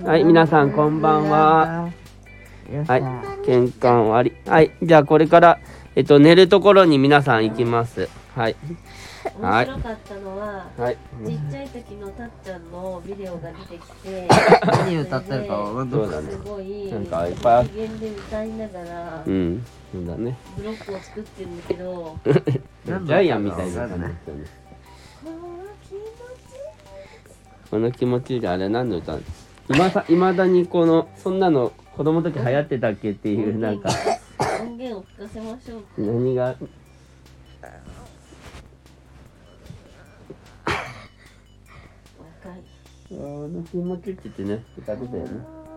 はい、皆さんこんばんは。はい、玄関終わり。はい、じゃあこれから寝るところに皆さん行きます。はい。 面白かったのは、 はい、 ちっちゃい時のたっちゃんのビデオが出てきて、 何歌ってるかわかんない。 そうだね。 すごいなんかいっぱい機嫌で歌いながら、 そうだね。 ブロックを作ってるんだけど、 ジャイアンみたいな感じだったね。この気持ちであれ何の歌？いまだにそんなの子供の時流行ってたっけっていうなんか音源を聞かせましょう。 何がこの気持ちって言ってね歌ってたよね。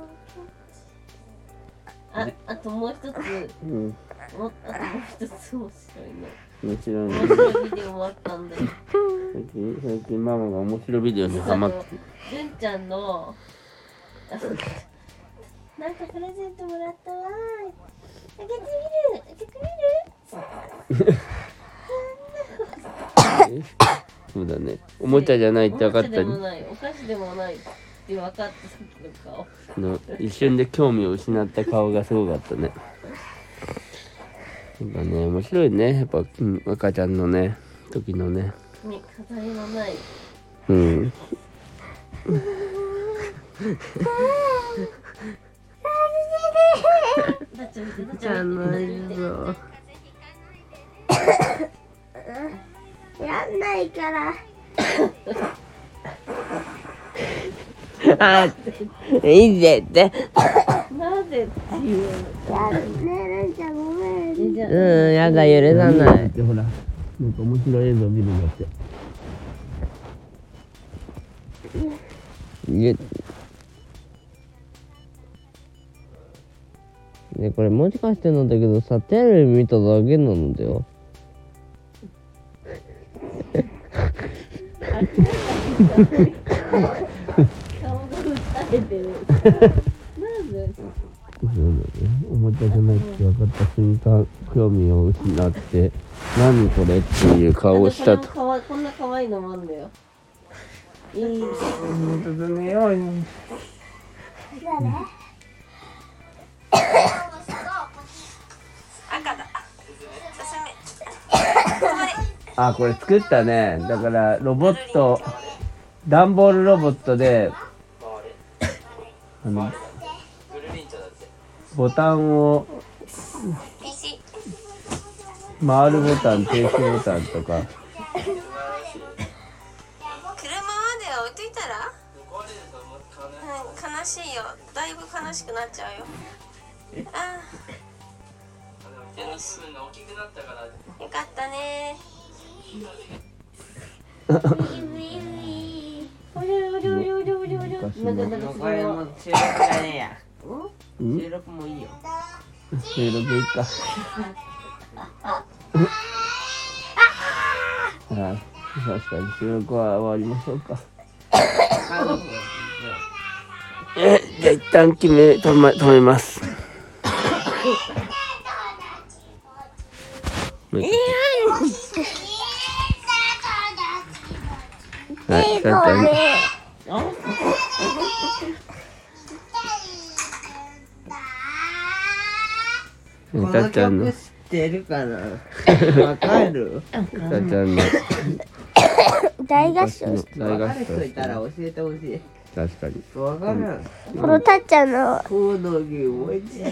あともう一つ、あともう一つ面面白いね。 白いビデオもあったんだよ。 最近ママが面白いビデオにハマってるんちゃんのなんかプレゼントもらったわー。開けてみる。 そうだね。おもちゃじゃないって分かったり、 お菓子でもないって分かった時の顔。 一瞬で興味を失った顔がすごかったね。やっぱね、面白いね。やっぱ、赤ちゃんのね、時のね。 ね、飾りのない。 じゃないぞ。 やんないから。 あ、いいぜって。 なぜっていうやるね、るんちゃんごめん。 やだ、許さない。 ほら、なんか面白い映像見るんだって。 ね、これもしかしてなんだけどさ、テレビ見ただけなんだよ。 顔が訴えてる。なんで？ そうだね。おもちゃじゃないって分かった瞬間、興味を失って、何これっていう顔をしたと。 こんな可愛いのもあるんだよ。いい。 寝ようよ。あ、これ作ったね。だからロボット、段ボールロボットでボタンを回るボタン、停止ボタンとか。 車まで置いといたら、悲しいよ。だいぶ悲しくなっちゃうよ。ああ、よし、よかったね。 これも収録だねや。収録もいいよ。 収録いいか。確かに収録は終わりましょうか。じゃあ一旦止めます。はい、たっちゃんの。 知ってるかな。わかる。 たっちゃんの。 大合唱。 大合唱。 いたら教えてほしい。 確かに。 わからん。 このたっちゃんの。 コードゲームおいち。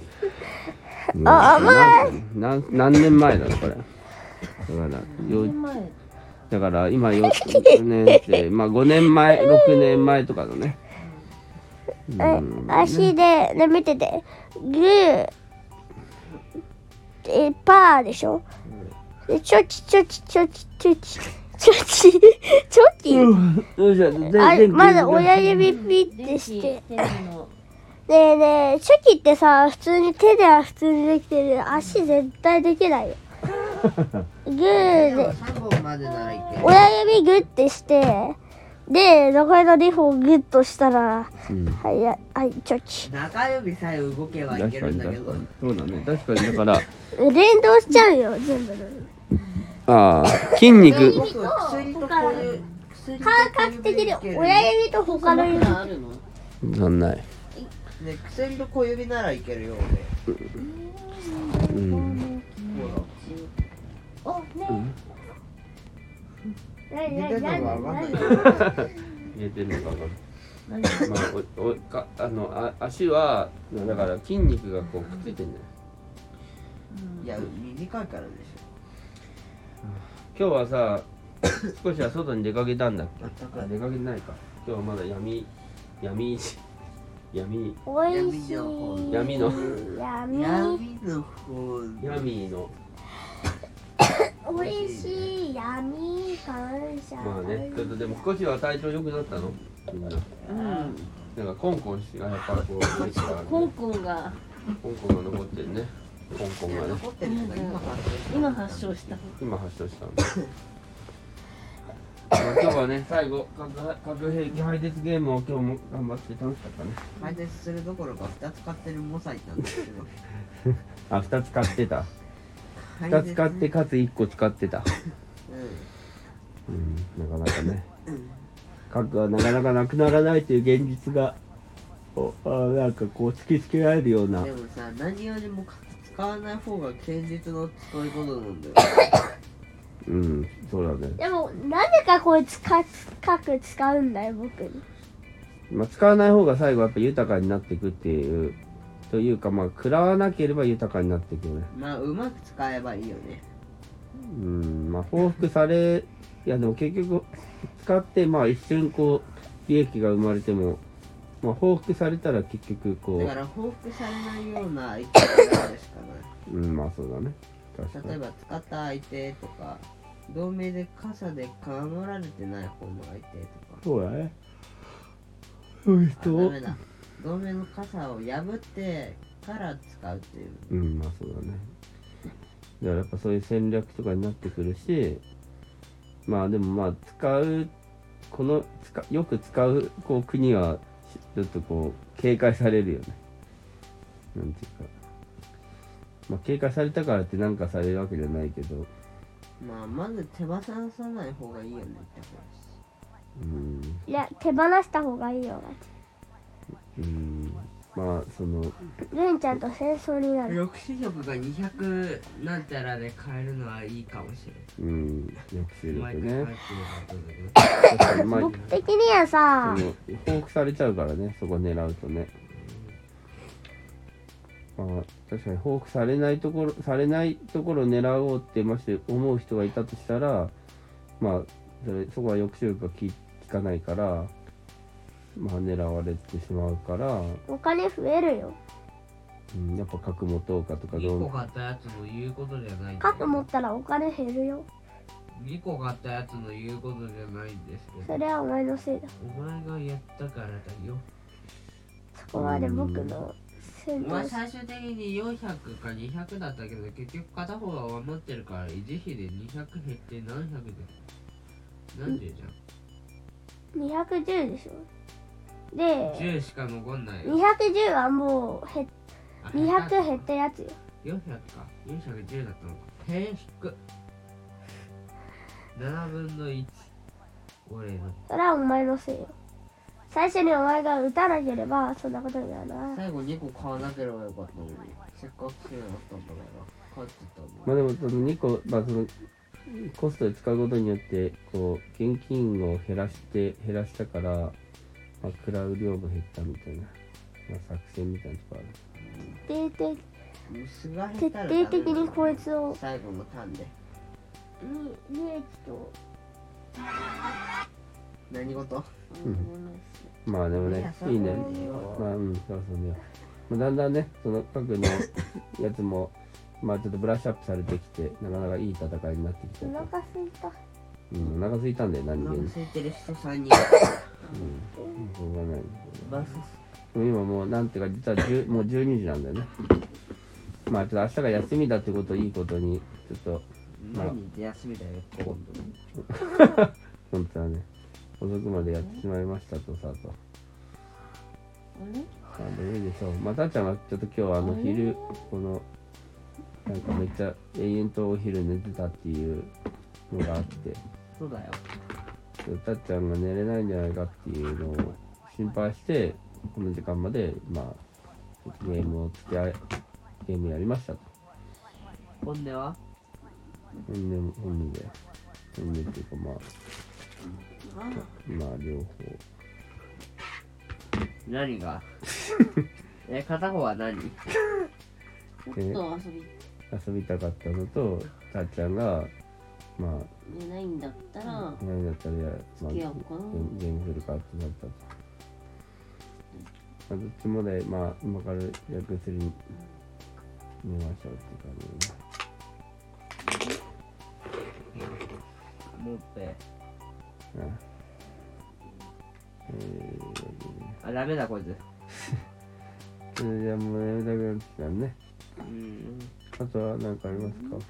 何年前だろこれ。だから今4年生、まあ5年前、6年前とかのね。 足で、ね、見てて、グー、パーでしょ。でチョチチョチチョチチョチチョチチョキ。まず親指ピッてして。ねえねえ、チョキってさ、普通に手では普通にできてる。足絶対できないよ。グーで親指グッてしてで残りの2本グッとしたら、はいチョキ。 中指さえ動けばいけるんだけど。 そうだね、確かに。だから連動しちゃうよ全部の。 ああ、筋肉。 薬とこういう感覚的に親指と他の指。 なんない。 ね、薬と小指ならいけるようん。 お、ね。 俺。出てんのかわかんない。 入れてるのかわかんない。まあ、足はだから筋肉がこうくっついてんだよ。 いや、短いからでし今日はさ、少しは外に出かけたんだっけ？ あったかい出かけてないか。今日はまだ闇おいしい。 闇のょ。闇の方。 闇の。 おいしい闇感謝。 まあね、ちょっとでも少しは体調良くなったの？みんな。なんかコンコンがやっぱこうコンコンが香港が残ってるね。香港がね。 残ってるのが今発症した。 今発症したんで。まあ今日はね、最後核兵器配列ゲームを今日も頑張って楽しかったね。 配列するどころか2つ買ってるモサイなんですけど。 あ、2つ買ってた。2つ買ってかつ1個使ってた。なかなかね。核はなかなかなくならないという現実がなんかこう突きつけられるような。 でもさ、何よりも使わない方が堅実のそういうことなんだよ。 そうだね。 でもなぜかこいつ核使うんだよ僕に。 まあ使わない方が最後やっぱ豊かになっていくっていうというか、まあ食らわなければ豊かになっていくよね。 まあうまく使えばいいよね。 まあ報復されいやでも結局使ってまあ一瞬こう利益が生まれても、まあ報復されたら結局こうだから報復されないような相手があるしかない。 まあそうだね。確かに。 例えば使った相手とか同盟で傘で守られてない方の相手とか。 そうだね。そういう人をダメだ。同盟の傘を破ってから使うっていう。 まあそうだね。だからやっぱそういう戦略とかになってくるし、まあでもまあよく使うこう国はちょっとこう警戒されるよね。なんていうか、まあ警戒されたからって何かされるわけじゃないけど、 まあまず手放さない方がいいよねって話。 いや手放した方がいいよ。 まあそのレンちゃんと戦争になる。 抑止力が200なんちゃらで変えるのはいいかもしれない。 抑止力ね。 毎回確かにまあ僕的にはさ、 報復されちゃうからね、そこ狙うとね。まあ確かに報復されないところを狙おうってまして思う人がいたとしたら、まあそこは抑止力が効かないから、まあ狙われてしまうから、 お金増えるよ。 やっぱ核持とうかとか 2個買ったやつの言うことじゃない。 核持ったらお金減るよ。 2個買ったやつの言うことじゃないんですけど。 それはお前のせいだ。 お前がやったからだよ。 そこまで僕の戦お前闘最終的に400か200だったけど結局片方は守ってるから維持費で200減って何百でなんでじゃん 210でしょ。で 10しか残んないよ。 210はもう200 減っ減ったやつよ。 400か410だったのか。引く7分の1。俺のそれはお前のせいよ。最初にお前が撃たなければそんなことにならない。 最後2個買わなければよかったのにせっかく強いのあったんだから買ってたんだ。 まあでもその2個、まあそのコストで使うことによってこう現金を減らしたから、まあ、食らう量も減ったみたいな、まあ、作戦みたいなとこある。 虫が徹減ったらダメ底的にこいつを最後のターンで利益と何事。 まあでもね、いいね。まあそうそうね。まあ、だんだんね、その核のやつもまあちょっとブラッシュアップされてきて、なかなかいい戦いになってきた。 お腹すいた。 お腹空いたんだよ、何気に。 空いてる人3人しょうがない。 バス今もうなんていうか実はもう12時なんだよね。まあちょっと明日が休みだってことをいいことにちょっと毎日休みだよ今度。 本当はね、遅くまでやってしまいましたとさと。いいでしょう。まあたっちゃんはちょっと今日昼このなんかめっちゃ永遠とお昼寝てたっていうのがあって、 そうだよ。 たっちゃんが寝れないんじゃないかっていうのを心配してこの時間までまあゲームやりましたと。 本音は本音っていうかまあ両方。 何が片方は何？ ちょっと遊びたかったのと、たっちゃんがまあ寝ないんだったら何だったらまあ、 付き合おうかな。 ゲームするかってなったと。まあ、どっちもでまあ今から約するに寝ましょうっていうもっぺ。 感じでね。 ダメだこいつ。 それじゃあもうやめたくなってきたね。あとは何かありますか？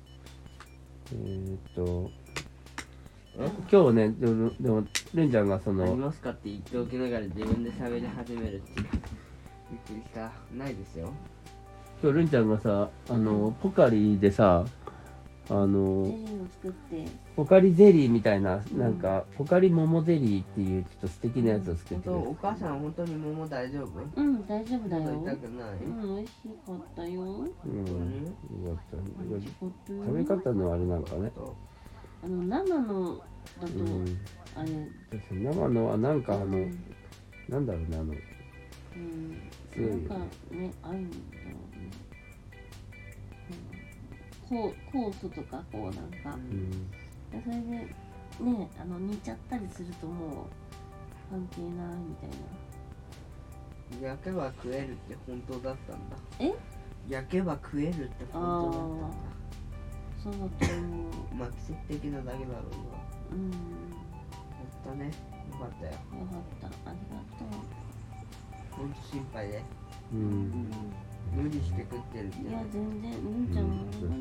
今日ね、でもレンちゃんがそありのますかって言っておきながら自分で喋り始めるっていう。びっくりした。ないですよ。 今日レンちゃんがさポカリでさゼリーを作ってポカリゼリーみたいななんかポカリ桃ゼリーっていうちょっと素敵なやつを作ってくれお母さん本当に桃大丈夫？ うん大丈夫だよ。 痛くない？ 美味しかったよ。 うん、よかった。 美味しかったよ。 食べ方のあれなんかね。 生のだと、あれ確かに生のはなんかなんだろうね強いよね。 なんかねあるんだろうね。酵素とかこうなんか、でそれでね煮ちゃったりするともう関係ないみたいな。 焼けば食えるって本当だったんだ。 え？ 焼けば食えるって本当だったんだ。 そうだと思う。 まあ奇跡的なだけだろうが。やったね。よかったよ。 よかった。ありがとう。 ほんと心配で。無理して食ってるんじゃない。 いや全然るんちゃんもありがとう。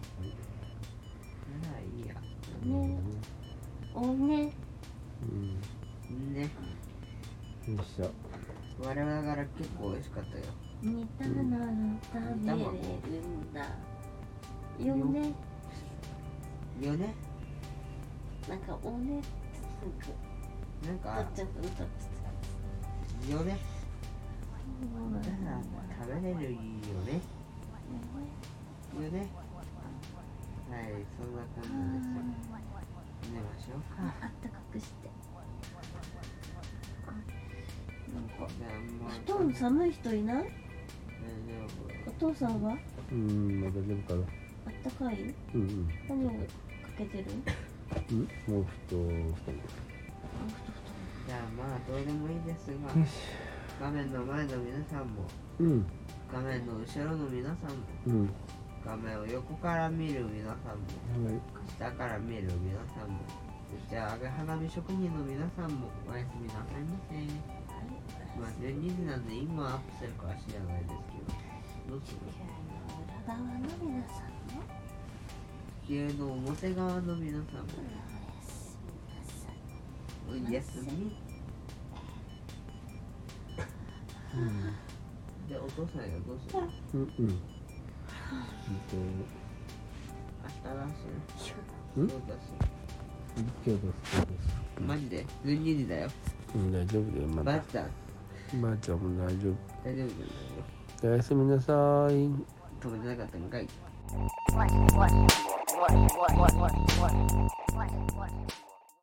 いいや。 ね。おね。 ね。 よっしゃ。 我々ながら結構美味しかったよ。 煮たなら食べれるんだ。よね。 よね。 なんかおねってなんか歌っちゃった歌っちゃっよね。 た。 食べれるよね。よね。はい、そんな感じですよ。寝ましょうか。 あったかくして。なんかじゃあもう布団寒い人いない？ 大丈お父さんはまだ大丈夫かな。 あったかい？何をかけてる？ もう布団。 じゃあまあどうでもいいですが、画面の前の皆さんも、画面の後ろの皆さんも、画面を横から見る皆さんも、下から見る皆さんも、じゃあ揚げ花火職人の皆さんもおやすみなさいませ。まあ12時なんで今アップするかは知らないですけど、どうする？ 裏側の皆さんも地球の表側の皆さんもおやすみ。で、お父さんがどうする？明日だし。そうだし。 今日です。 マジで12時だよ。 大丈夫だよ、まだ。 ばあちゃん。 ばあちゃんも大丈夫。 大丈夫だよ。 おやすみなさい。 止めてなかったんかい。